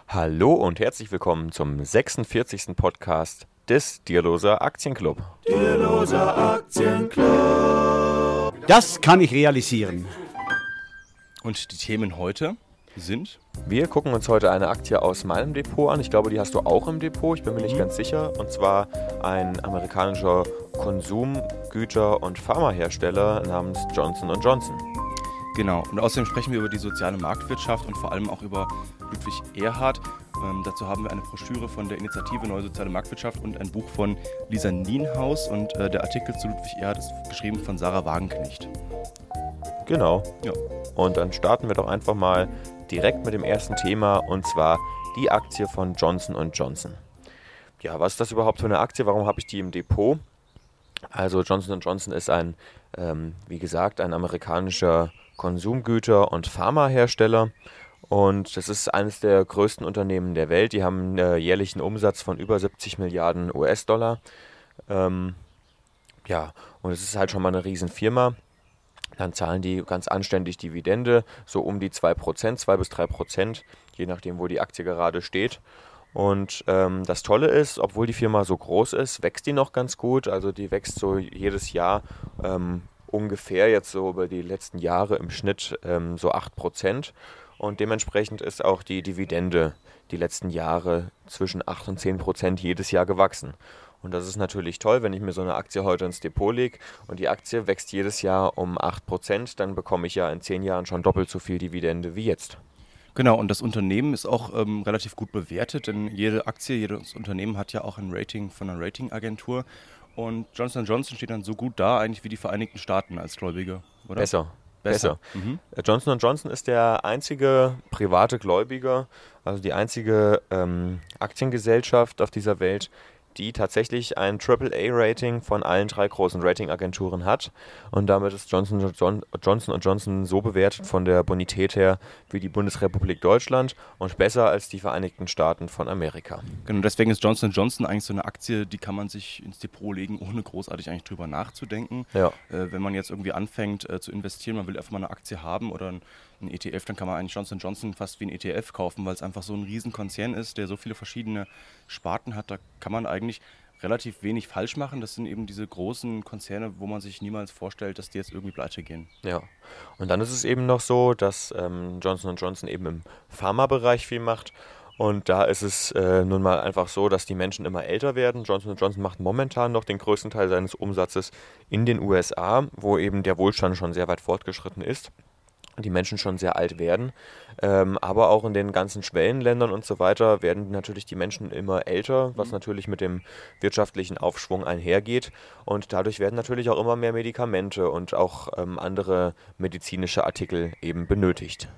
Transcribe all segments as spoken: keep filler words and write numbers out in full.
Hallo und herzlich willkommen zum sechsundvierzigsten Podcast des Dierloser Aktienclub. Dierloser Aktienclub. Das kann ich realisieren. Und die Themen heute sind? Wir gucken uns heute eine Aktie aus meinem Depot an. Ich glaube, die hast du auch im Depot. Ich bin mir nicht ganz sicher. Und zwar ein amerikanischer Konsum-, Güter- und Pharmahersteller namens Johnson und Johnson. Genau. Und außerdem sprechen wir über die soziale Marktwirtschaft und vor allem auch über Ludwig Erhard. Ähm, dazu haben wir eine Broschüre von der Initiative Neue Soziale Marktwirtschaft und ein Buch von Lisa Nienhaus. Und äh, der Artikel zu Ludwig Erhard ist geschrieben von Sarah Wagenknecht. Genau. Ja. Und dann starten wir doch einfach mal direkt mit dem ersten Thema, und zwar die Aktie von Johnson und Johnson. Ja, was ist das überhaupt für eine Aktie? Warum habe ich die im Depot? Also Johnson und Johnson ist ein, ähm, wie gesagt, ein amerikanischer Konsumgüter- und Pharmahersteller. Und das ist eines der größten Unternehmen der Welt. Die haben einen jährlichen Umsatz von über siebzig Milliarden U S-Dollar. Ähm, ja, und es ist halt schon mal eine Riesenfirma. Dann zahlen die ganz anständig Dividende, so um die zwei Prozent, zwei bis drei Prozent, je nachdem, wo die Aktie gerade steht. Und ähm, das Tolle ist, obwohl die Firma so groß ist, wächst die noch ganz gut. Also die wächst so jedes Jahr ähm, ungefähr jetzt so über die letzten Jahre im Schnitt ähm, so acht Prozent. Und dementsprechend ist auch die Dividende die letzten Jahre zwischen acht und zehn Prozent jedes Jahr gewachsen. Und das ist natürlich toll, wenn ich mir so eine Aktie heute ins Depot lege und die Aktie wächst jedes Jahr um acht Prozent, dann bekomme ich ja in zehn Jahren schon doppelt so viel Dividende wie jetzt. Genau, und das Unternehmen ist auch ähm, relativ gut bewertet, denn jede Aktie, jedes Unternehmen hat ja auch ein Rating von einer Ratingagentur. Und Johnson und Johnson steht dann so gut da eigentlich wie die Vereinigten Staaten als Gläubiger, oder? Besser. Besser. Besser. Mhm. Johnson und Johnson ist der einzige private Gläubiger, also die einzige ähm, Aktiengesellschaft auf dieser Welt, die tatsächlich ein Triple A Rating von allen drei großen Ratingagenturen hat. Und damit ist Johnson und John, Johnson und Johnson so bewertet von der Bonität her wie die Bundesrepublik Deutschland und besser als die Vereinigten Staaten von Amerika. Genau, deswegen ist Johnson und Johnson eigentlich so eine Aktie, die kann man sich ins Depot legen, ohne großartig eigentlich drüber nachzudenken. Ja. Äh, wenn man jetzt irgendwie anfängt äh, zu investieren, man will einfach mal eine Aktie haben oder ein, ein E T F, dann kann man eigentlich Johnson und Johnson fast wie ein E T F kaufen, weil es einfach so ein Riesenkonzern ist, der so viele verschiedene Sparten hat. Da kann man eigentlich relativ wenig falsch machen. Das sind eben diese großen Konzerne, wo man sich niemals vorstellt, dass die jetzt irgendwie pleite gehen. Ja, und dann ist es eben noch so, dass ähm, Johnson und Johnson eben im Pharmabereich viel macht. Und da ist es äh, nun mal einfach so, dass die Menschen immer älter werden. Johnson und Johnson macht momentan noch den größten Teil seines Umsatzes in den U S A, wo eben der Wohlstand schon sehr weit fortgeschritten ist. Die Menschen schon sehr alt werden, ähm, aber auch in den ganzen Schwellenländern und so weiter werden natürlich die Menschen immer älter, was natürlich mit dem wirtschaftlichen Aufschwung einhergeht, und dadurch werden natürlich auch immer mehr Medikamente und auch ähm, andere medizinische Artikel eben benötigt.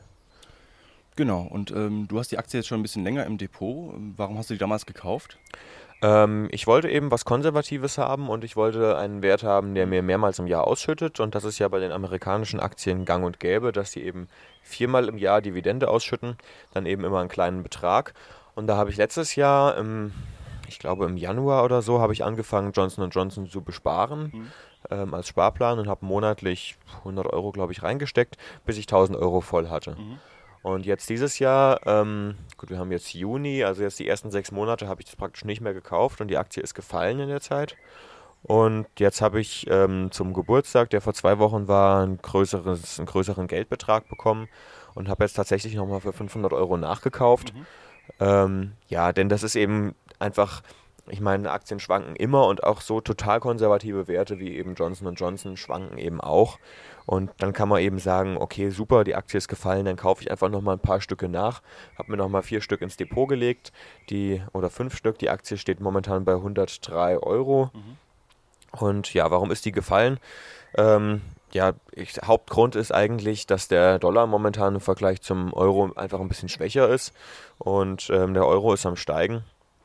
Genau, und ähm, du hast die Aktie jetzt schon ein bisschen länger im Depot. Warum hast du die damals gekauft? Ähm, ich wollte eben was Konservatives haben und ich wollte einen Wert haben, der mir mehrmals im Jahr ausschüttet, und das ist ja bei den amerikanischen Aktien gang und gäbe, dass die eben viermal im Jahr Dividende ausschütten, dann eben immer einen kleinen Betrag. Und da habe ich letztes Jahr, im, ich glaube im Januar oder so, habe ich angefangen, Johnson und Johnson zu besparen, mhm. ähm, als Sparplan, und habe monatlich hundert Euro, glaube ich, reingesteckt, bis ich tausend Euro voll hatte. Mhm. Und jetzt dieses Jahr, ähm, gut, wir haben jetzt Juni, also jetzt die ersten sechs Monate habe ich das praktisch nicht mehr gekauft und die Aktie ist gefallen in der Zeit. Und jetzt habe ich ähm, zum Geburtstag, der vor zwei Wochen war, ein größeres, einen größeren Geldbetrag bekommen und habe jetzt tatsächlich nochmal für fünfhundert Euro nachgekauft. Mhm. Ähm, ja, denn das ist eben einfach... Ich meine, Aktien schwanken immer, und auch so total konservative Werte wie eben Johnson und Johnson schwanken eben auch. Und dann kann man eben sagen, okay, super, die Aktie ist gefallen, dann kaufe ich einfach nochmal ein paar Stücke nach. Habe mir nochmal vier Stück ins Depot gelegt, die, oder fünf Stück. Die Aktie steht momentan bei hundertdrei Euro. Mhm. Und ja, warum ist die gefallen? Ähm, ja, ich, Hauptgrund ist eigentlich, dass der Dollar momentan im Vergleich zum Euro einfach ein bisschen schwächer ist. Und ähm, der Euro ist am Steigen.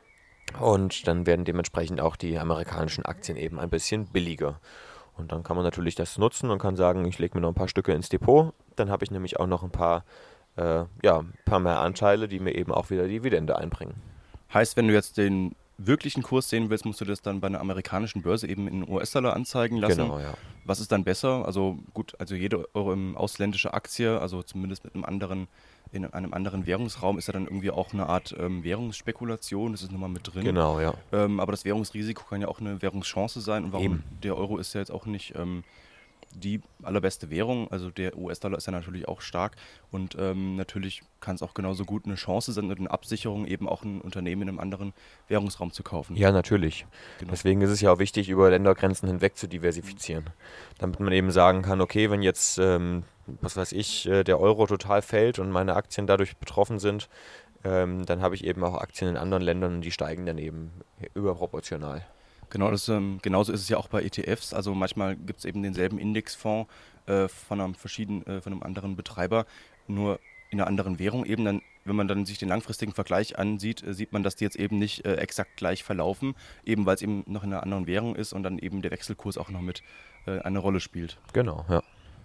Und dann werden dementsprechend auch die amerikanischen Aktien eben ein bisschen billiger. Und dann kann man natürlich das nutzen und kann sagen, ich lege mir noch ein paar Stücke ins Depot. Dann habe ich nämlich auch noch ein paar, äh, ja, ein paar mehr Anteile, die mir eben auch wieder Dividende einbringen. Heißt, wenn du jetzt den wirklichen Kurs sehen willst, musst du das dann bei einer amerikanischen Börse eben in U S-Dollar anzeigen lassen. Genau, ja. Was ist dann besser? Also gut, also jede Euro ausländische Aktie, also zumindest mit einem anderen in einem anderen Währungsraum ist ja dann irgendwie auch eine Art ähm, Währungsspekulation, das ist nochmal mit drin. Genau, ja. Ähm, aber das Währungsrisiko kann ja auch eine Währungschance sein. Und warum Eben. der Euro ist ja jetzt auch nicht ähm, die allerbeste Währung. Also der U S-Dollar ist ja natürlich auch stark. Und ähm, natürlich kann es auch genauso gut eine Chance sein, mit einer Absicherung eben auch ein Unternehmen in einem anderen Währungsraum zu kaufen. Ja, natürlich. Genau. Deswegen ist es ja auch wichtig, über Ländergrenzen hinweg zu diversifizieren. Damit man eben sagen kann, okay, wenn jetzt, ähm, was weiß ich, äh, der Euro total fällt und meine Aktien dadurch betroffen sind, ähm, dann habe ich eben auch Aktien in anderen Ländern und die steigen dann eben überproportional. Genau, das, ähm, genauso ist es ja auch bei E T Fs. Also manchmal gibt es eben denselben Indexfonds äh, von, einem verschieden, äh, von einem anderen Betreiber, nur in einer anderen Währung eben. Dann, wenn man dann sich den langfristigen Vergleich ansieht, äh, sieht man, dass die jetzt eben nicht äh, exakt gleich verlaufen, eben weil es eben noch in einer anderen Währung ist und dann eben der Wechselkurs auch noch mit äh, eine Rolle spielt. Genau, ja.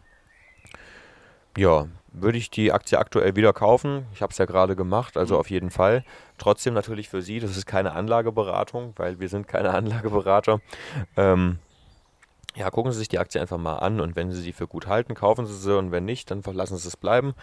Ja, würde ich die Aktie aktuell wieder kaufen? Ich habe es ja gerade gemacht, also auf jeden Fall. Trotzdem natürlich für Sie, das ist keine Anlageberatung, weil wir sind keine Anlageberater. Ähm, ja, gucken Sie sich die Aktie einfach mal an und wenn Sie sie für gut halten, kaufen Sie sie und wenn nicht, dann lassen Sie es bleiben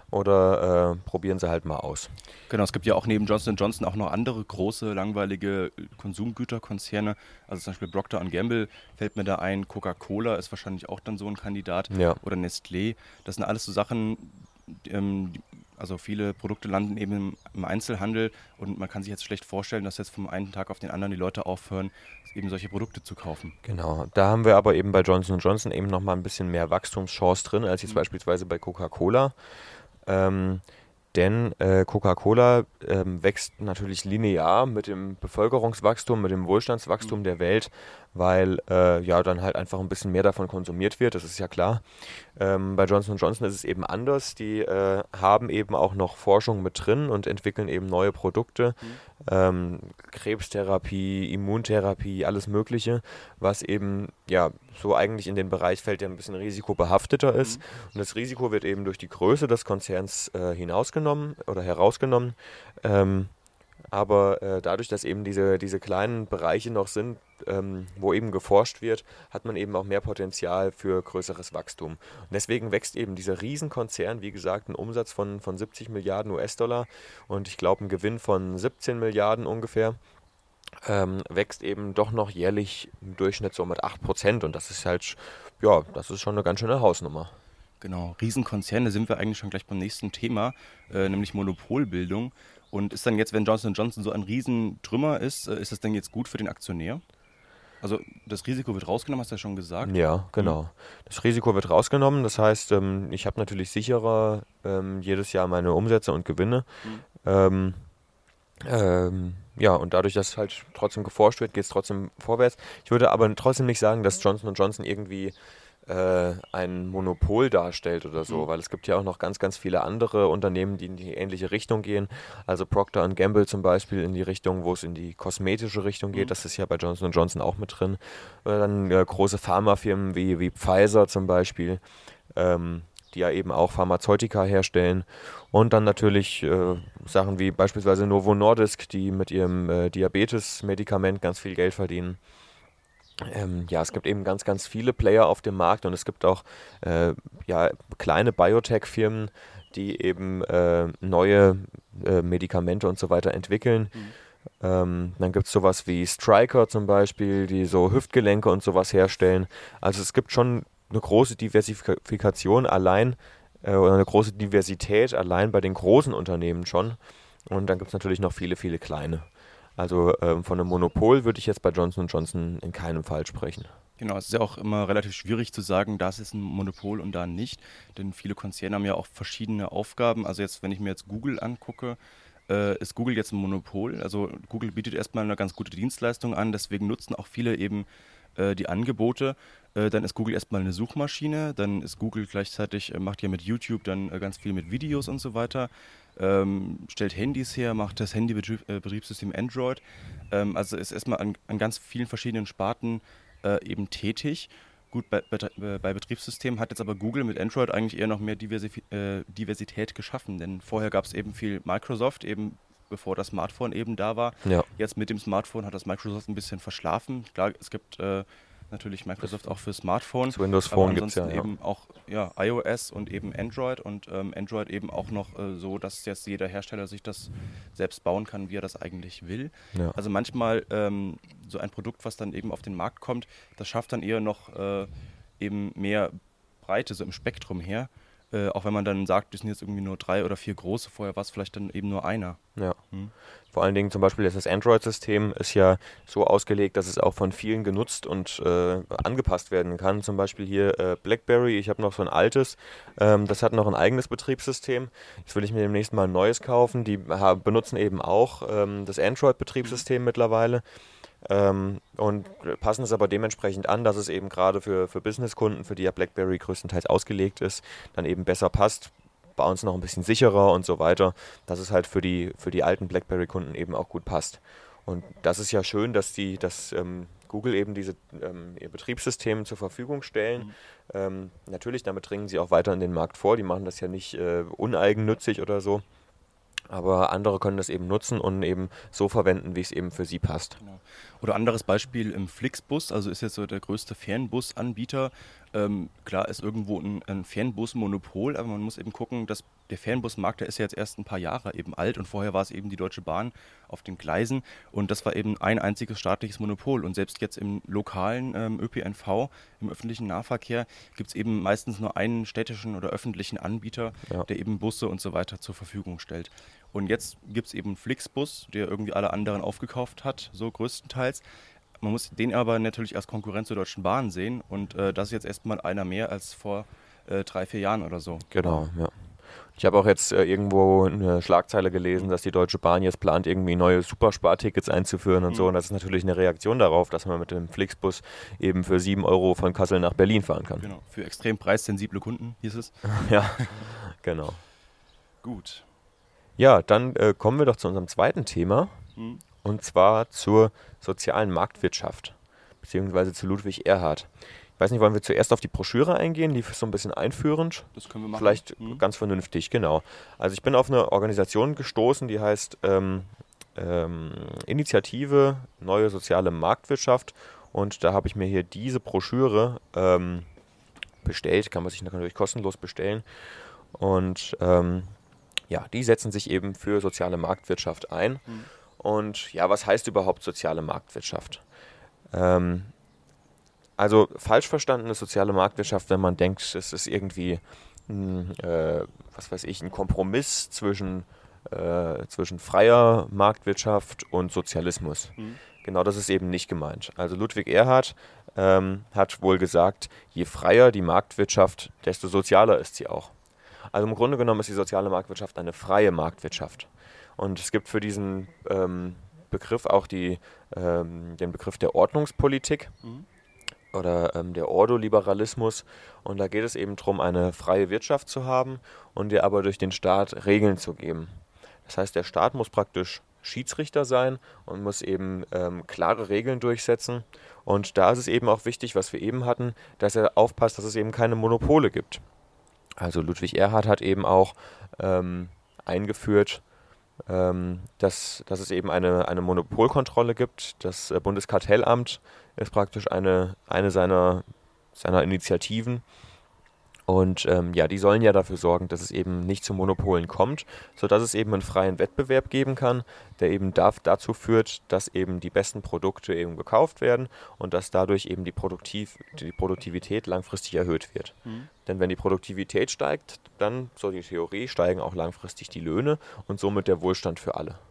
oder äh, probieren Sie halt mal aus. Genau, es gibt ja auch neben Johnson und Johnson auch noch andere große, langweilige Konsumgüterkonzerne. Also zum Beispiel Procter und Gamble fällt mir da ein, Coca-Cola ist wahrscheinlich auch dann so ein Kandidat Ja. oder Nestlé. Das sind alles so Sachen, ähm, die, also viele Produkte landen eben im, im Einzelhandel und man kann sich jetzt schlecht vorstellen, dass jetzt vom einen Tag auf den anderen die Leute aufhören, eben solche Produkte zu kaufen. Genau, da haben wir aber eben bei Johnson und Johnson eben nochmal ein bisschen mehr Wachstumschance drin, als jetzt beispielsweise bei Coca-Cola. Ähm, denn äh, Coca-Cola ähm, wächst natürlich linear mit dem Bevölkerungswachstum, mit dem Wohlstandswachstum der Welt, weil äh, ja dann halt einfach ein bisschen mehr davon konsumiert wird, das ist ja klar. Ähm, bei Johnson und Johnson ist es eben anders, die äh, haben eben auch noch Forschung mit drin und entwickeln eben neue Produkte, Mhm. ähm, Krebstherapie, Immuntherapie, alles Mögliche, was eben ja so eigentlich in den Bereich fällt, der ein bisschen risikobehafteter ist. Mhm. Und das Risiko wird eben durch die Größe des Konzerns äh, hinausgenommen oder herausgenommen. Ähm, aber äh, dadurch, dass eben diese, diese kleinen Bereiche noch sind, ähm, wo eben geforscht wird, hat man eben auch mehr Potenzial für größeres Wachstum. Und deswegen wächst eben dieser Riesenkonzern, wie gesagt, ein Umsatz von, von siebzig Milliarden U S-Dollar und ich glaube ein Gewinn von siebzehn Milliarden ungefähr. Ähm, wächst eben doch noch jährlich im Durchschnitt so mit acht Prozent und das ist halt, ja, das ist schon eine ganz schöne Hausnummer. Genau, Riesenkonzerne sind wir eigentlich schon gleich beim nächsten Thema, äh, nämlich Monopolbildung. Und ist dann jetzt, wenn Johnson und Johnson so ein Riesentrümmer ist, äh, ist das denn jetzt gut für den Aktionär? Also das Risiko wird rausgenommen, hast du ja schon gesagt. Ja, genau. Das Risiko wird rausgenommen, das heißt, ähm, ich habe natürlich sicherer ähm, jedes Jahr meine Umsätze und Gewinne. Mhm. Ähm, ähm, ja, und dadurch, dass halt trotzdem geforscht wird, geht es trotzdem vorwärts. Ich würde aber trotzdem nicht sagen, dass Johnson und Johnson irgendwie äh, ein Monopol darstellt oder so, Mhm. weil es gibt ja auch noch ganz, ganz viele andere Unternehmen, die in die ähnliche Richtung gehen. Also Procter und Gamble zum Beispiel in die Richtung, wo es in die kosmetische Richtung geht. Mhm. Das ist ja bei Johnson und Johnson auch mit drin. Oder dann äh, große Pharmafirmen wie, wie Pfizer zum Beispiel, ähm, die ja eben auch Pharmazeutika herstellen. Und dann natürlich äh, Sachen wie beispielsweise Novo Nordisk, die mit ihrem äh, Diabetes-Medikament ganz viel Geld verdienen. Ähm, ja, es gibt eben ganz, ganz viele Player auf dem Markt und es gibt auch äh, ja, kleine Biotech-Firmen, die eben äh, neue äh, Medikamente und so weiter entwickeln. Mhm. Ähm, dann gibt es sowas wie Stryker zum Beispiel, die so Hüftgelenke und sowas herstellen. Also es gibt schon eine große Diversifikation allein äh, oder eine große Diversität allein bei den großen Unternehmen schon. Und dann gibt es natürlich noch viele, viele kleine. Also ähm, von einem Monopol würde ich jetzt bei Johnson und Johnson in keinem Fall sprechen. Genau, es ist ja auch immer relativ schwierig zu sagen, das ist ein Monopol und da nicht, denn viele Konzerne haben ja auch verschiedene Aufgaben. Also jetzt, wenn ich mir jetzt Google angucke, äh, ist Google jetzt ein Monopol. Also Google bietet erstmal eine ganz gute Dienstleistung an, deswegen nutzen auch viele eben äh, die Angebote. Äh, dann ist Google erstmal eine Suchmaschine, dann ist Google gleichzeitig, äh, macht ja mit YouTube dann äh, ganz viel mit Videos und so weiter. Ähm, stellt Handys her, macht das Handybetriebssystem Android. Ähm, also ist erstmal an, an ganz vielen verschiedenen Sparten äh, eben tätig. Gut, bei, bei, bei Betriebssystemen hat jetzt aber Google mit Android eigentlich eher noch mehr Diversif- äh, Diversität geschaffen, denn vorher gab es eben viel Microsoft, eben bevor das Smartphone eben da war. Ja. Jetzt mit dem Smartphone hat das Microsoft ein bisschen verschlafen. Klar, es gibt äh, natürlich Microsoft auch für Smartphone. Das Windows Phone aber gibt es ja, ansonsten ja. eben auch ja, iOS und eben Android und ähm, Android eben auch noch äh, so, dass jetzt jeder Hersteller sich das selbst bauen kann, wie er das eigentlich will. Ja. Also manchmal ähm, so ein Produkt, was dann eben auf den Markt kommt, das schafft dann eher noch äh, eben mehr Breite so im Spektrum her. Äh, auch wenn man dann sagt, das sind jetzt irgendwie nur drei oder vier große, vorher war es vielleicht dann eben nur einer. Ja. Hm. Vor allen Dingen zum Beispiel jetzt das Android-System ist ja so ausgelegt, dass es auch von vielen genutzt und äh, angepasst werden kann. Zum Beispiel hier äh, BlackBerry, ich habe noch so ein altes, ähm, das hat noch ein eigenes Betriebssystem. Jetzt will ich mir demnächst mal ein neues kaufen. Die ha- benutzen eben auch ähm, das Android-Betriebssystem mittlerweile. Ähm, und passen es aber dementsprechend an, dass es eben gerade für, für Businesskunden, für die ja BlackBerry größtenteils ausgelegt ist, dann eben besser passt, bei uns noch ein bisschen sicherer und so weiter, dass es halt für die, für die alten BlackBerry-Kunden eben auch gut passt. Und das ist ja schön, dass die, dass ähm, Google eben diese ähm, ihr Betriebssystem zur Verfügung stellen. Mhm. Ähm, natürlich, damit dringen sie auch weiter in den Markt vor, die machen das ja nicht äh, uneigennützig oder so. Aber andere können das eben nutzen und eben so verwenden, wie es eben für sie passt. Genau. Oder anderes Beispiel im Flixbus, also ist jetzt so der größte Fernbusanbieter. Ähm, klar ist irgendwo ein, ein Fernbus-Monopol, aber man muss eben gucken, dass der Fernbusmarkt, der ist ja jetzt erst ein paar Jahre eben alt und vorher war es eben die Deutsche Bahn auf den Gleisen und das war eben ein einziges staatliches Monopol und selbst jetzt im lokalen ähm, Ö P N V, im öffentlichen Nahverkehr, gibt es eben meistens nur einen städtischen oder öffentlichen Anbieter, Ja. der eben Busse und so weiter zur Verfügung stellt. Und jetzt gibt es eben Flixbus, der irgendwie alle anderen aufgekauft hat, so größtenteils. Man muss den aber natürlich als Konkurrenz zur Deutschen Bahn sehen und äh, das ist jetzt erstmal einer mehr als vor äh, drei, vier Jahren oder so. Genau, ja. Ich habe auch jetzt äh, irgendwo eine Schlagzeile gelesen, dass die Deutsche Bahn jetzt plant, irgendwie neue Superspartickets einzuführen und Mhm. so. Und das ist natürlich eine Reaktion darauf, dass man mit dem Flixbus eben für sieben Euro von Kassel nach Berlin fahren kann. Genau, für extrem preissensible Kunden hieß es. Ja, genau. Gut. Ja, dann äh, kommen wir doch zu unserem zweiten Thema, Mhm. und zwar zur sozialen Marktwirtschaft, beziehungsweise zu Ludwig Erhard. Ich weiß nicht, wollen wir zuerst auf die Broschüre eingehen? Die ist so ein bisschen einführend. Das können wir machen. Vielleicht Mhm. ganz vernünftig, genau. Also ich bin auf eine Organisation gestoßen, die heißt ähm, ähm, Initiative Neue Soziale Marktwirtschaft. Und da habe ich mir hier diese Broschüre ähm, bestellt. Kann man sich natürlich kostenlos bestellen. Und ähm, ja, die setzen sich eben für soziale Marktwirtschaft ein. Mhm. Und ja, was heißt überhaupt soziale Marktwirtschaft? Ähm, also falsch verstanden ist soziale Marktwirtschaft, wenn man denkt, es ist irgendwie ein, äh, was weiß ich, ein Kompromiss zwischen, äh, zwischen freier Marktwirtschaft und Sozialismus. Mhm. Genau das ist eben nicht gemeint. Also Ludwig Erhard ähm, hat wohl gesagt, je freier die Marktwirtschaft, desto sozialer ist sie auch. Also im Grunde genommen ist die soziale Marktwirtschaft eine freie Marktwirtschaft. Und es gibt für diesen ähm, Begriff auch die, ähm, den Begriff der Ordnungspolitik Mhm. oder ähm, der Ordoliberalismus. Und da geht es eben darum, eine freie Wirtschaft zu haben und ihr aber durch den Staat Regeln zu geben. Das heißt, der Staat muss praktisch Schiedsrichter sein und muss eben ähm, klare Regeln durchsetzen. Und da ist es eben auch wichtig, was wir eben hatten, dass er aufpasst, dass es eben keine Monopole gibt. Also Ludwig Erhard hat eben auch ähm, eingeführt, ähm, dass, dass es eben eine, eine Monopolkontrolle gibt. Das äh, Bundeskartellamt ist praktisch eine, eine seiner, seiner Initiativen. Und ähm, ja, die sollen ja dafür sorgen, dass es eben nicht zu Monopolen kommt, sodass es eben einen freien Wettbewerb geben kann, der eben da, dazu führt, dass eben die besten Produkte eben gekauft werden und dass dadurch eben die, Produktiv, die Produktivität langfristig erhöht wird. Mhm. Denn wenn die Produktivität steigt, dann, so die Theorie, steigen auch langfristig die Löhne und somit der Wohlstand für alle.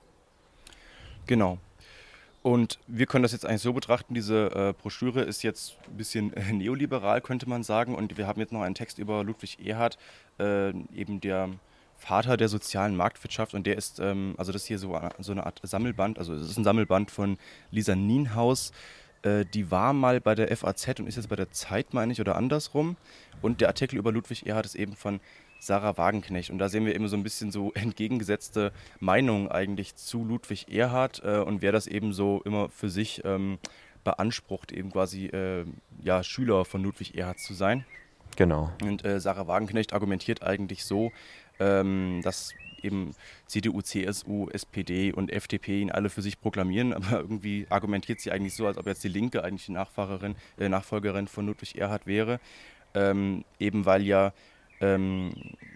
Genau. Und wir können das jetzt eigentlich so betrachten, diese äh, Broschüre ist jetzt ein bisschen äh, neoliberal, könnte man sagen. Und wir haben jetzt noch einen Text über Ludwig Erhard, äh, eben der Vater der sozialen Marktwirtschaft. Und der ist, ähm, also das ist hier so, so eine Art Sammelband, also es ist ein Sammelband von Lisa Nienhaus. Äh, die war mal bei der F A Z und ist jetzt bei der Zeit, meine ich, oder andersrum. Und der Artikel über Ludwig Erhard ist eben von Sarah Wagenknecht. Und da sehen wir immer so ein bisschen so entgegengesetzte Meinungen eigentlich zu Ludwig Erhard äh, und wer das eben so immer für sich ähm, beansprucht, eben quasi äh, ja, Schüler von Ludwig Erhard zu sein. Genau. Und äh, Sarah Wagenknecht argumentiert eigentlich so, ähm, dass eben C D U, C S U, S P D und F D P ihn alle für sich proklamieren, aber irgendwie argumentiert sie eigentlich so, als ob jetzt die Linke eigentlich die Nachfahrerin, äh, Nachfolgerin von Ludwig Erhard wäre, ähm, eben weil ja, ähm,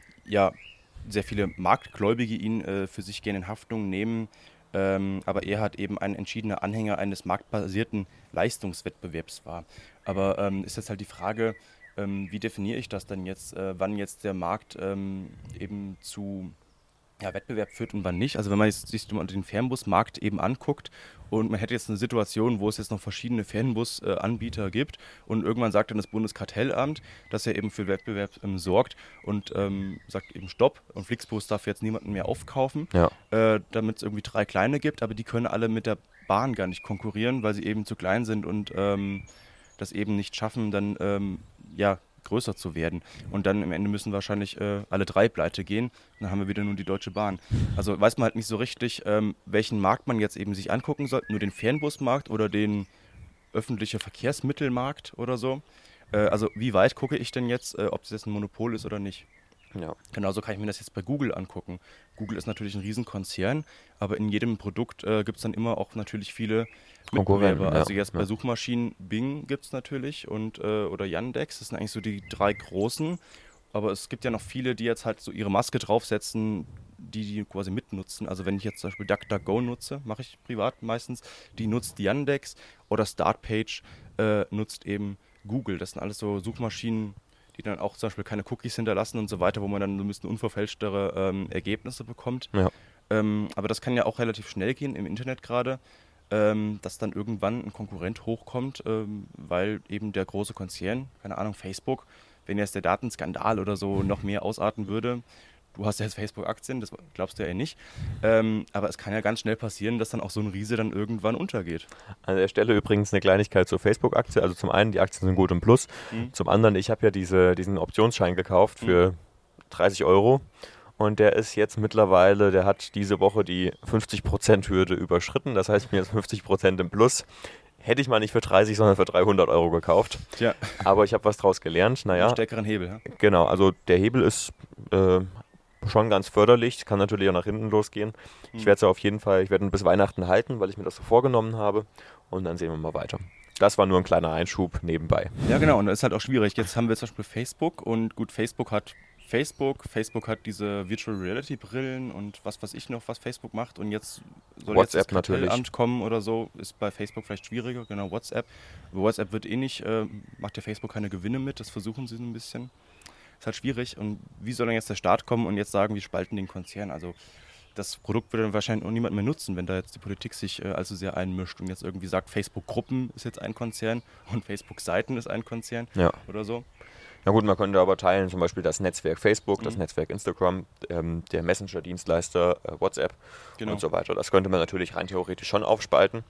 ja sehr viele Marktgläubige ihn äh, für sich gerne in Haftung nehmen, ähm, aber Erhard eben ein entschiedener Anhänger eines marktbasierten Leistungswettbewerbs war. Aber ähm, ist jetzt halt die Frage, ähm, wie definiere ich das denn jetzt, äh, wann jetzt der Markt ähm, eben zu ja, Wettbewerb führt und wann nicht. Also wenn man jetzt sich den Fernbusmarkt eben anguckt und man hätte jetzt eine Situation, wo es jetzt noch verschiedene Fernbusanbieter äh, gibt und irgendwann sagt dann das Bundeskartellamt, dass er eben für Wettbewerb ähm, sorgt und ähm, sagt eben Stopp und Flixbus darf jetzt niemanden mehr aufkaufen, Ja. äh, damit es irgendwie drei kleine gibt, aber die können alle mit der Bahn gar nicht konkurrieren, weil sie eben zu klein sind und ähm, das eben nicht schaffen, dann ähm, ja größer zu werden. Und dann am Ende müssen wahrscheinlich äh, alle drei pleite gehen. Dann haben wir wieder nur die Deutsche Bahn. Also weiß man halt nicht so richtig, ähm, welchen Markt man jetzt eben sich angucken soll. Nur den Fernbusmarkt oder den öffentlichen Verkehrsmittelmarkt oder so. Äh, also wie weit gucke ich denn jetzt, äh, ob das jetzt ein Monopol ist oder nicht. Ja. Genauso kann ich mir das jetzt bei Google angucken. Google ist natürlich ein Riesenkonzern, aber in jedem Produkt äh, gibt es dann immer auch natürlich viele Konkurrenten. Mitbewerber. Also Ja, jetzt bei ja. Suchmaschinen Bing gibt es natürlich und äh, oder Yandex, das sind eigentlich so die drei großen. Aber es gibt ja noch viele, die jetzt halt so ihre Maske draufsetzen, die die quasi mitnutzen. Also wenn ich jetzt zum Beispiel DuckDuckGo nutze, mache ich privat meistens, die nutzt Yandex oder Startpage äh, nutzt eben Google. Das sind alles so Suchmaschinen, die dann auch zum Beispiel keine Cookies hinterlassen und so weiter, wo man dann so ein bisschen unverfälschtere ähm, Ergebnisse bekommt. Ja. Ähm, aber das kann ja auch relativ schnell gehen im Internet gerade, ähm, dass dann irgendwann ein Konkurrent hochkommt, ähm, weil eben der große Konzern, keine Ahnung, Facebook, wenn jetzt der Datenskandal oder so noch mehr ausarten würde, du hast ja jetzt Facebook-Aktien, das glaubst du ja eh nicht, ähm, aber es kann ja ganz schnell passieren, dass dann auch so ein Riese dann irgendwann untergeht. An der Stelle übrigens eine Kleinigkeit zur Facebook-Aktie. Also zum einen, die Aktien sind gut im Plus. Mhm. Zum anderen, ich habe ja diese, diesen Optionsschein gekauft für mhm. dreißig Euro. Und der ist jetzt mittlerweile, der hat diese Woche die fünfzig Prozent Hürde überschritten. Das heißt, mir ist fünfzig Prozent im Plus. Hätte ich mal nicht für dreißig, sondern für dreihundert Euro gekauft. Tja. Aber ich habe was draus gelernt. Naja, Einen stärkeren Hebel. Ja? Genau, also der Hebel ist äh, schon ganz förderlich, kann natürlich auch nach hinten losgehen. Hm. Ich werde es auf jeden Fall, ich werde ihn bis Weihnachten halten, weil ich mir das so vorgenommen habe und dann sehen wir mal weiter. Das war nur ein kleiner Einschub nebenbei. Ja genau, und das ist halt auch schwierig. Jetzt haben wir zum Beispiel Facebook und gut, Facebook hat Facebook, Facebook hat diese Virtual Reality Brillen und was weiß ich noch, was Facebook macht und jetzt soll WhatsApp jetzt das Kartellamt natürlich kommen oder so, ist bei Facebook vielleicht schwieriger, genau, WhatsApp. WhatsApp wird eh nicht, äh, macht ja Facebook keine Gewinne mit, das versuchen sie so ein bisschen. Ist halt schwierig und wie soll dann jetzt der Staat kommen und jetzt sagen, wir spalten den Konzern? Also das Produkt wird dann wahrscheinlich auch niemand mehr nutzen, wenn da jetzt die Politik sich äh, allzu sehr einmischt und jetzt irgendwie sagt, Facebook-Gruppen ist jetzt ein Konzern und Facebook-Seiten ist ein Konzern ja. oder so. Na gut, man könnte aber teilen, zum Beispiel das Netzwerk Facebook, mhm. das Netzwerk Instagram, ähm, der Messenger-Dienstleister äh, WhatsApp genau. und so weiter. Das könnte man natürlich rein theoretisch schon aufspalten.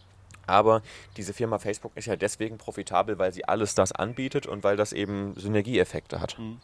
Aber diese Firma Facebook ist ja deswegen profitabel, weil sie alles das anbietet und weil das eben Synergieeffekte hat. Mhm.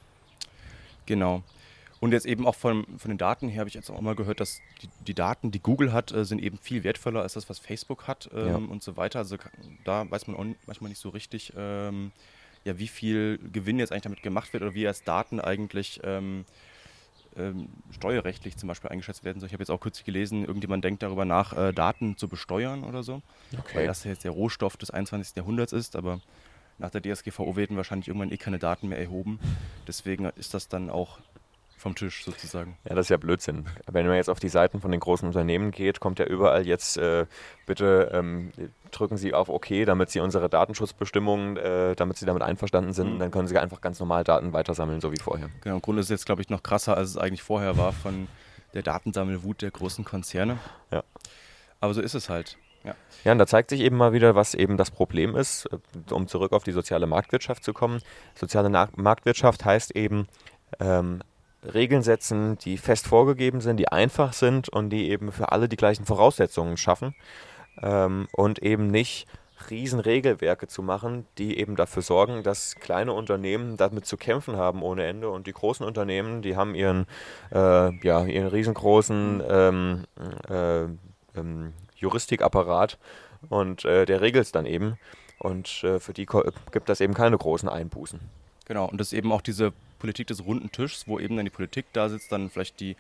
Genau. Und jetzt eben auch von, von den Daten her habe ich jetzt auch mal gehört, dass die, die Daten, die Google hat, äh, sind eben viel wertvoller als das, was Facebook hat ähm, ja. und so weiter. Also da weiß man auch manchmal nicht so richtig, ähm, ja, wie viel Gewinn jetzt eigentlich damit gemacht wird oder wie jetzt Daten eigentlich ähm, ähm, steuerrechtlich zum Beispiel eingeschätzt werden soll. Ich habe jetzt auch kürzlich gelesen, irgendjemand denkt darüber nach, äh, Daten zu besteuern oder so. Okay. Weil das jetzt der Rohstoff des einundzwanzigsten Jahrhunderts ist, aber nach der D S G V O werden wahrscheinlich irgendwann eh keine Daten mehr erhoben. Deswegen ist das dann auch vom Tisch sozusagen. Ja, das ist ja Blödsinn. Wenn man jetzt auf die Seiten von den großen Unternehmen geht, kommt ja überall jetzt, äh, bitte ähm, drücken Sie auf OK, damit Sie unsere Datenschutzbestimmungen, äh, damit Sie damit einverstanden sind. Mhm. Und dann können Sie einfach ganz normal Daten weitersammeln, so wie vorher. Genau, im Grunde ist es jetzt, glaube ich, noch krasser, als es eigentlich vorher war von der Datensammelwut der großen Konzerne. Ja. Aber so ist es halt. Ja. ja, und da zeigt sich eben mal wieder, was eben das Problem ist, um zurück auf die soziale Marktwirtschaft zu kommen. Soziale Na- Marktwirtschaft heißt eben, ähm, Regeln setzen, die fest vorgegeben sind, die einfach sind und die eben für alle die gleichen Voraussetzungen schaffen ähm, und eben nicht riesen Regelwerke zu machen, die eben dafür sorgen, dass kleine Unternehmen damit zu kämpfen haben ohne Ende und die großen Unternehmen, die haben ihren, äh, ja, ihren riesengroßen ähm, äh, ähm, Juristikapparat und äh, der regelt es dann eben und äh, für die ko- gibt das eben keine großen Einbußen. Genau, und das ist eben auch diese Politik des runden Tischs, wo eben dann die Politik da sitzt, dann vielleicht die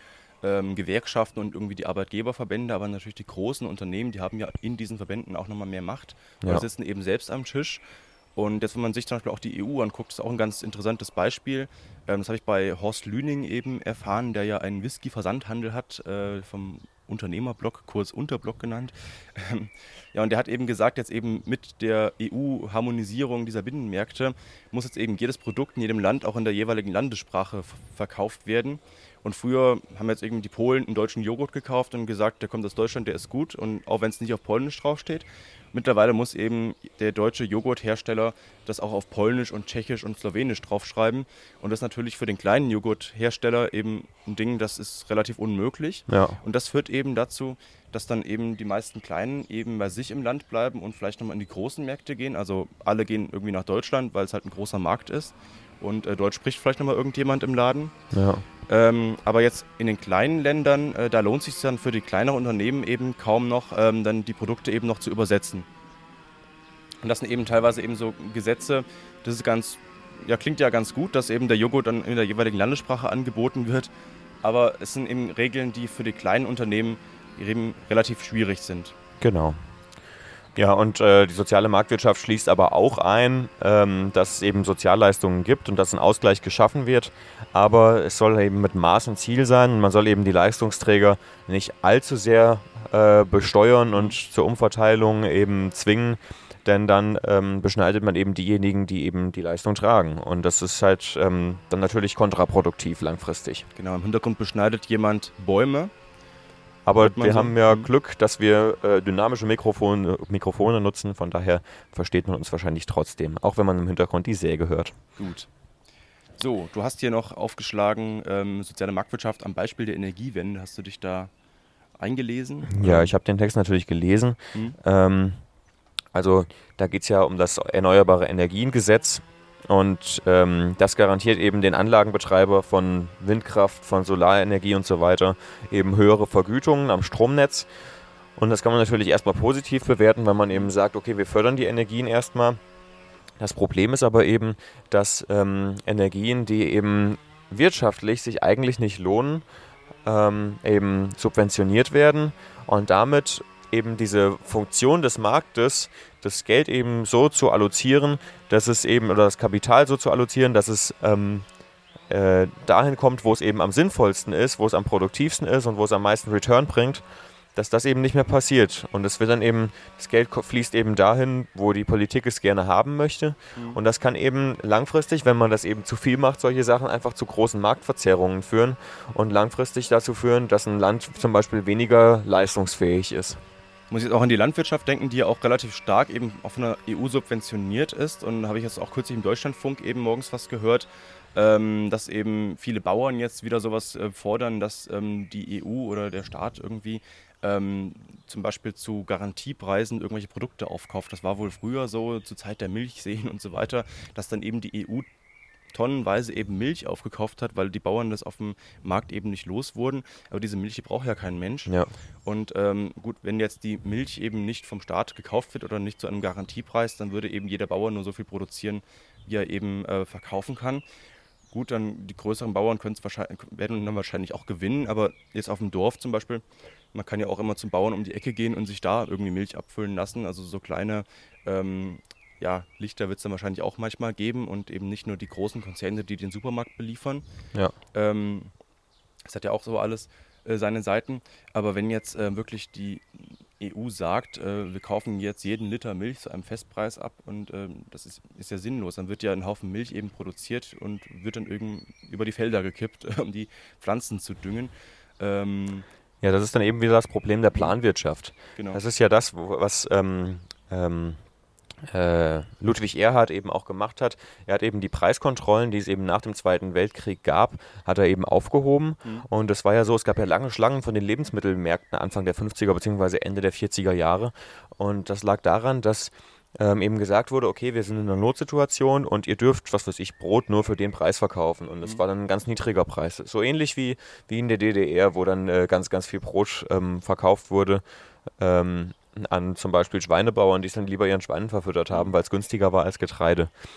ähm, Gewerkschaften und irgendwie die Arbeitgeberverbände, aber natürlich die großen Unternehmen, die haben ja in diesen Verbänden auch nochmal mehr Macht und Ja. sitzen eben selbst am Tisch. Und jetzt, wenn man sich zum Beispiel auch die E U anguckt, ist auch ein ganz interessantes Beispiel. Ähm, das habe ich bei Horst Lüning eben erfahren, der ja einen Whisky-Versandhandel hat, äh, vom Unternehmerblock, kurz Unterblock genannt. Ähm, ja, und der hat eben gesagt, jetzt eben mit der E U-Harmonisierung dieser Binnenmärkte muss jetzt eben jedes Produkt in jedem Land auch in der jeweiligen Landessprache f- verkauft werden. Und früher haben jetzt irgendwie die Polen einen deutschen Joghurt gekauft und gesagt, der kommt aus Deutschland, der ist gut. Und auch wenn es nicht auf Polnisch draufsteht. Mittlerweile muss eben der deutsche Joghurthersteller das auch auf Polnisch und Tschechisch und Slowenisch draufschreiben. Und das ist natürlich für den kleinen Joghurthersteller eben ein Ding, das ist relativ unmöglich. Ja. Und das führt eben dazu, dass dann eben die meisten Kleinen eben bei sich im Land bleiben und vielleicht nochmal in die großen Märkte gehen. Also alle gehen irgendwie nach Deutschland, weil es halt ein großer Markt ist. Und äh, Deutsch spricht vielleicht nochmal irgendjemand im Laden. Ja. Ähm, aber jetzt in den kleinen Ländern, äh, da lohnt es sich dann für die kleineren Unternehmen eben kaum noch, ähm, dann die Produkte eben noch zu übersetzen. Und das sind eben teilweise eben so Gesetze, das ist ganz, ja, klingt ja ganz gut, dass eben der Joghurt dann in der jeweiligen Landessprache angeboten wird. Aber es sind eben Regeln, die für die kleinen Unternehmen eben relativ schwierig sind. Genau. Ja, und äh, die soziale Marktwirtschaft schließt aber auch ein, ähm, dass es eben Sozialleistungen gibt und dass ein Ausgleich geschaffen wird. Aber es soll eben mit Maß und Ziel sein. Und man soll eben die Leistungsträger nicht allzu sehr äh, besteuern und zur Umverteilung eben zwingen. Denn dann ähm, beschneidet man eben diejenigen, die eben die Leistung tragen. Und das ist halt ähm, dann natürlich kontraproduktiv langfristig. Genau, im Hintergrund beschneidet jemand Bäume. Aber Hört man wir so? haben ja Mhm. Glück, dass wir äh, dynamische Mikrofone, Mikrofone nutzen. Von daher versteht man uns wahrscheinlich trotzdem, auch wenn man im Hintergrund die Säge hört. Gut. So, du hast hier noch aufgeschlagen, ähm, soziale Marktwirtschaft am Beispiel der Energiewende. Hast du dich da eingelesen? Ja, ich habe den Text natürlich gelesen. Hm. Ähm, also da geht es ja um das Erneuerbare Energiengesetz. Und ähm, das garantiert eben den Anlagenbetreiber von Windkraft, von Solarenergie und so weiter eben höhere Vergütungen am Stromnetz. Und das kann man natürlich erstmal positiv bewerten, weil man eben sagt, okay, wir fördern die Energien erstmal. Das Problem ist aber eben, dass ähm, Energien, die eben wirtschaftlich sich eigentlich nicht lohnen, ähm, eben subventioniert werden und damit eben diese Funktion des Marktes, das Geld eben so zu allozieren, dass es eben, oder das Kapital so zu allozieren, dass es ähm, äh, dahin kommt, wo es eben am sinnvollsten ist, wo es am produktivsten ist und wo es am meisten Return bringt, dass das eben nicht mehr passiert. Und es wird dann eben, das Geld ko- fließt eben dahin, wo die Politik es gerne haben möchte. Mhm. Und das kann eben langfristig, wenn man das eben zu viel macht, solche Sachen einfach zu großen Marktverzerrungen führen und langfristig dazu führen, dass ein Land zum Beispiel weniger leistungsfähig ist. Muss ich jetzt auch an die Landwirtschaft denken, die ja auch relativ stark eben auch von der E U subventioniert ist. Und habe ich jetzt auch kürzlich im Deutschlandfunk eben morgens was gehört, ähm, dass eben viele Bauern jetzt wieder sowas äh, fordern, dass ähm, die E U oder der Staat irgendwie ähm, zum Beispiel zu Garantiepreisen irgendwelche Produkte aufkauft. Das war wohl früher so, zur Zeit der Milchseen und so weiter, dass dann eben die E U tonnenweise eben Milch aufgekauft hat, weil die Bauern das auf dem Markt eben nicht los wurden. Aber diese Milch, die braucht ja kein Mensch. Ja. Und ähm, gut, wenn jetzt die Milch eben nicht vom Staat gekauft wird oder nicht zu einem Garantiepreis, dann würde eben jeder Bauer nur so viel produzieren, wie er eben äh, verkaufen kann. Gut, dann die größeren Bauern können es wahrscheinlich, werden dann wahrscheinlich auch gewinnen, aber jetzt auf dem Dorf zum Beispiel, man kann ja auch immer zum Bauern um die Ecke gehen und sich da irgendwie Milch abfüllen lassen. Also so kleine ähm, ja, Lichter wird es dann wahrscheinlich auch manchmal geben und eben nicht nur die großen Konzerne, die den Supermarkt beliefern. Ja. Ähm, das hat ja auch so alles äh, seine Seiten. Aber wenn jetzt äh, wirklich die E U sagt, äh, wir kaufen jetzt jeden Liter Milch zu einem Festpreis ab und ähm, das ist, ist ja sinnlos, dann wird ja ein Haufen Milch eben produziert und wird dann irgend über die Felder gekippt, um die Pflanzen zu düngen. Ähm, Ja, das ist dann eben wieder das Problem der Planwirtschaft. genau. Das ist ja das, wo- was ähm, ähm, äh, Ludwig Erhard eben auch gemacht hat. Er hat eben die Preiskontrollen, die es eben nach dem Zweiten Weltkrieg gab, hat er eben aufgehoben. Mhm. Und es war ja so, es gab ja lange Schlangen von den Lebensmittelmärkten Anfang der fünfziger bzw. Ende der vierziger Jahre. Und das lag daran, dass ähm, eben gesagt wurde, okay, wir sind in einer Notsituation und ihr dürft, was weiß ich, Brot nur für den Preis verkaufen. Und das Mhm. war dann ein ganz niedriger Preis. So ähnlich wie, wie in der D D R, wo dann äh, ganz, ganz viel Brot ähm, verkauft wurde ähm, an zum Beispiel Schweinebauern, die es dann lieber ihren Schweinen verfüttert haben, weil es günstiger war als Getreide.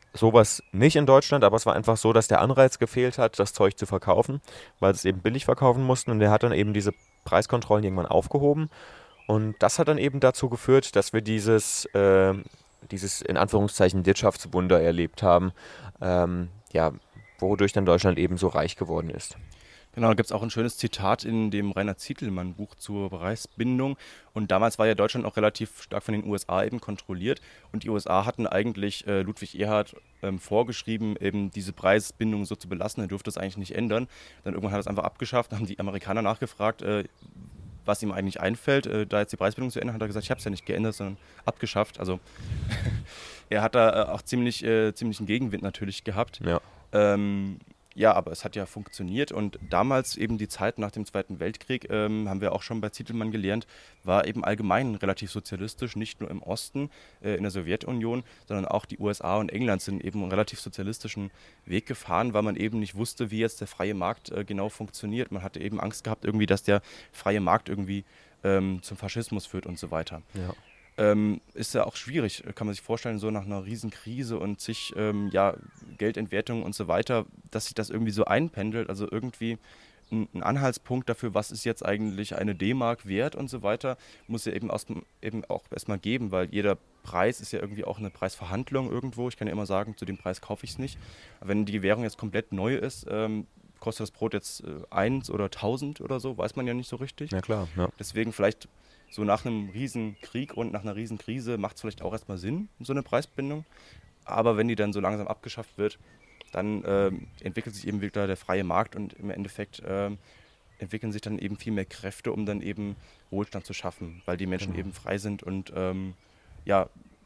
sowas nicht in Deutschland, aber es war einfach so, dass der Anreiz gefehlt hat, das Zeug zu verkaufen, weil sie es eben billig verkaufen mussten und der hat dann eben diese Preiskontrollen irgendwann aufgehoben und das hat dann eben dazu geführt, dass wir dieses, äh, dieses in Anführungszeichen Wirtschaftswunder erlebt haben, ähm, ja, wodurch dann Deutschland eben so reich geworden ist. Genau, da gibt es auch ein schönes Zitat in dem Rainer Zietelmann-Buch zur Preisbindung. Und damals war ja Deutschland auch relativ stark von den U S A eben kontrolliert. Und die U S A hatten eigentlich äh, Ludwig Erhard ähm, vorgeschrieben, eben diese Preisbindung so zu belassen. Er durfte es eigentlich nicht ändern. Dann irgendwann hat er es einfach abgeschafft. Dann haben die Amerikaner nachgefragt, äh, was ihm eigentlich einfällt, äh, da jetzt die Preisbindung zu ändern. Hat er gesagt, ich habe es ja nicht geändert, sondern abgeschafft. Also er hat da äh, auch ziemlich, äh, ziemlichen Gegenwind natürlich gehabt. Ja. Ähm, Ja, aber es hat ja funktioniert und damals eben die Zeit nach dem Zweiten Weltkrieg, ähm, haben wir auch schon bei Zietelmann gelernt, war eben allgemein relativ sozialistisch, nicht nur im Osten, äh, in der Sowjetunion, sondern auch die U S A und England sind eben einen relativ sozialistischen Weg gefahren, weil man eben nicht wusste, wie jetzt der freie Markt äh, genau funktioniert. Man hatte eben Angst gehabt, irgendwie, dass der freie Markt irgendwie ähm, zum Faschismus führt und so weiter. Ja. Ähm, ist ja auch schwierig, kann man sich vorstellen, so nach einer Riesenkrise und zig ähm, ja, Geldentwertungen und so weiter, dass sich das irgendwie so einpendelt, also irgendwie ein, ein Anhaltspunkt dafür, was ist jetzt eigentlich eine D-Mark wert und so weiter, muss ja eben, aus, eben auch erstmal geben, weil jeder Preis ist ja irgendwie auch eine Preisverhandlung irgendwo. Ich kann ja immer sagen, zu dem Preis kaufe ich es nicht. Aber wenn die Währung jetzt komplett neu ist, ähm, kostet das Brot jetzt äh, eins oder tausend oder so, weiß man ja nicht so richtig. Ja klar, ja. Deswegen vielleicht so nach einem Riesenkrieg und nach einer Riesenkrise macht es vielleicht auch erstmal Sinn, so eine Preisbindung. Aber wenn die dann so langsam abgeschafft wird, dann äh, entwickelt sich eben wieder der freie Markt und im Endeffekt äh, entwickeln sich dann eben viel mehr Kräfte, um dann eben Wohlstand zu schaffen, weil die Menschen Genau. eben frei sind und ähm, ja,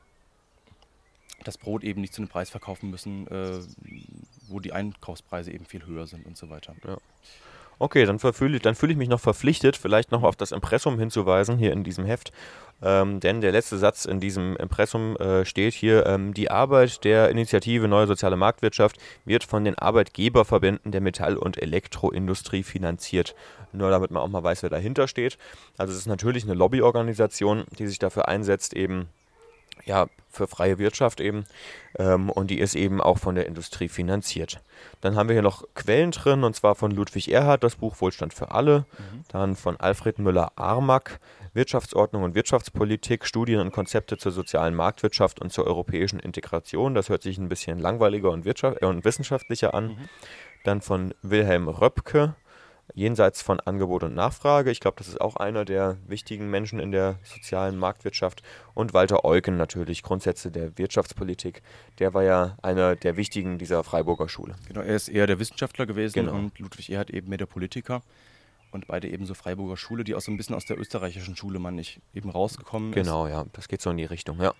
das Brot eben nicht zu einem Preis verkaufen müssen, äh, wo die Einkaufspreise eben viel höher sind und so weiter. Ja. Okay, dann fühle dann fühl ich mich noch verpflichtet, vielleicht noch auf das Impressum hinzuweisen hier in diesem Heft. Ähm, denn der letzte Satz in diesem Impressum äh, steht hier, ähm, die Arbeit der Initiative Neue Soziale Marktwirtschaft wird von den Arbeitgeberverbänden der Metall- und Elektroindustrie finanziert. Nur damit man auch mal weiß, wer dahinter steht. Also es ist natürlich eine Lobbyorganisation, die sich dafür einsetzt, eben ja, für freie Wirtschaft eben ähm, und die ist eben auch von der Industrie finanziert. Dann haben wir hier noch Quellen drin und zwar von Ludwig Erhard, das Buch Wohlstand für alle, mhm. dann von Alfred Müller-Armack, Wirtschaftsordnung und Wirtschaftspolitik, Studien und Konzepte zur sozialen Marktwirtschaft und zur europäischen Integration. Das hört sich ein bisschen langweiliger und, wirtschaft- äh, und wissenschaftlicher an. Mhm. Dann von Wilhelm Röpke, Jenseits von Angebot und Nachfrage. Ich glaube, das ist auch einer der wichtigen Menschen in der sozialen Marktwirtschaft. Und Walter Eucken natürlich, Grundsätze der Wirtschaftspolitik. Der war ja einer der wichtigen dieser Freiburger Schule. Genau, er ist eher der Wissenschaftler gewesen Genau. und Ludwig Erhard eben mehr der Politiker. Und beide eben so Freiburger Schule, die auch so ein bisschen aus der österreichischen Schule man nicht eben rausgekommen ist. Genau, ja, das geht so in die Richtung, ja.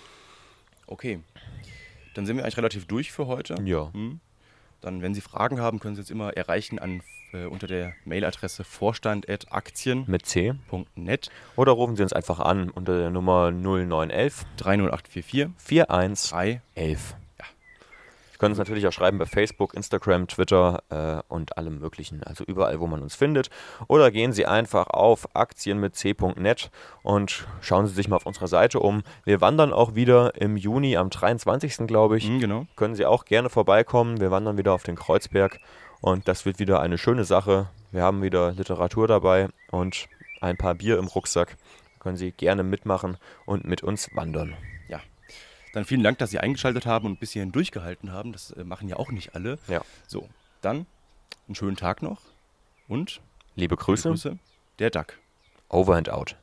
Okay, dann sind wir eigentlich relativ durch für heute. Ja. Hm. Dann, wenn Sie Fragen haben, können Sie uns immer erreichen an, äh, unter der Mailadresse vorstand at aktien Mit C. Punkt net Oder rufen Sie uns einfach an unter der Nummer null neun eins eins drei null acht vier vier vier eins drei elf. Ja. Sie können uns natürlich auch schreiben bei Facebook, Instagram, Twitter äh, und allem möglichen, also überall, wo man uns findet. Oder gehen Sie einfach auf aktien mit c Punkt net und schauen Sie sich mal auf unserer Seite um. Wir wandern auch wieder im Juni, am dreiundzwanzigsten glaube ich. Mhm, genau. Können Sie auch gerne vorbeikommen. Wir wandern wieder auf den Kreuzberg und das wird wieder eine schöne Sache. Wir haben wieder Literatur dabei und ein paar Bier im Rucksack. Können Sie gerne mitmachen und mit uns wandern. Ja. Dann vielen Dank, dass Sie eingeschaltet haben und bis hierhin durchgehalten haben. Das äh, machen ja auch nicht alle. Ja. So, dann einen schönen Tag noch und Liebe Grüße. Liebe Grüße, der Duck. Over and out.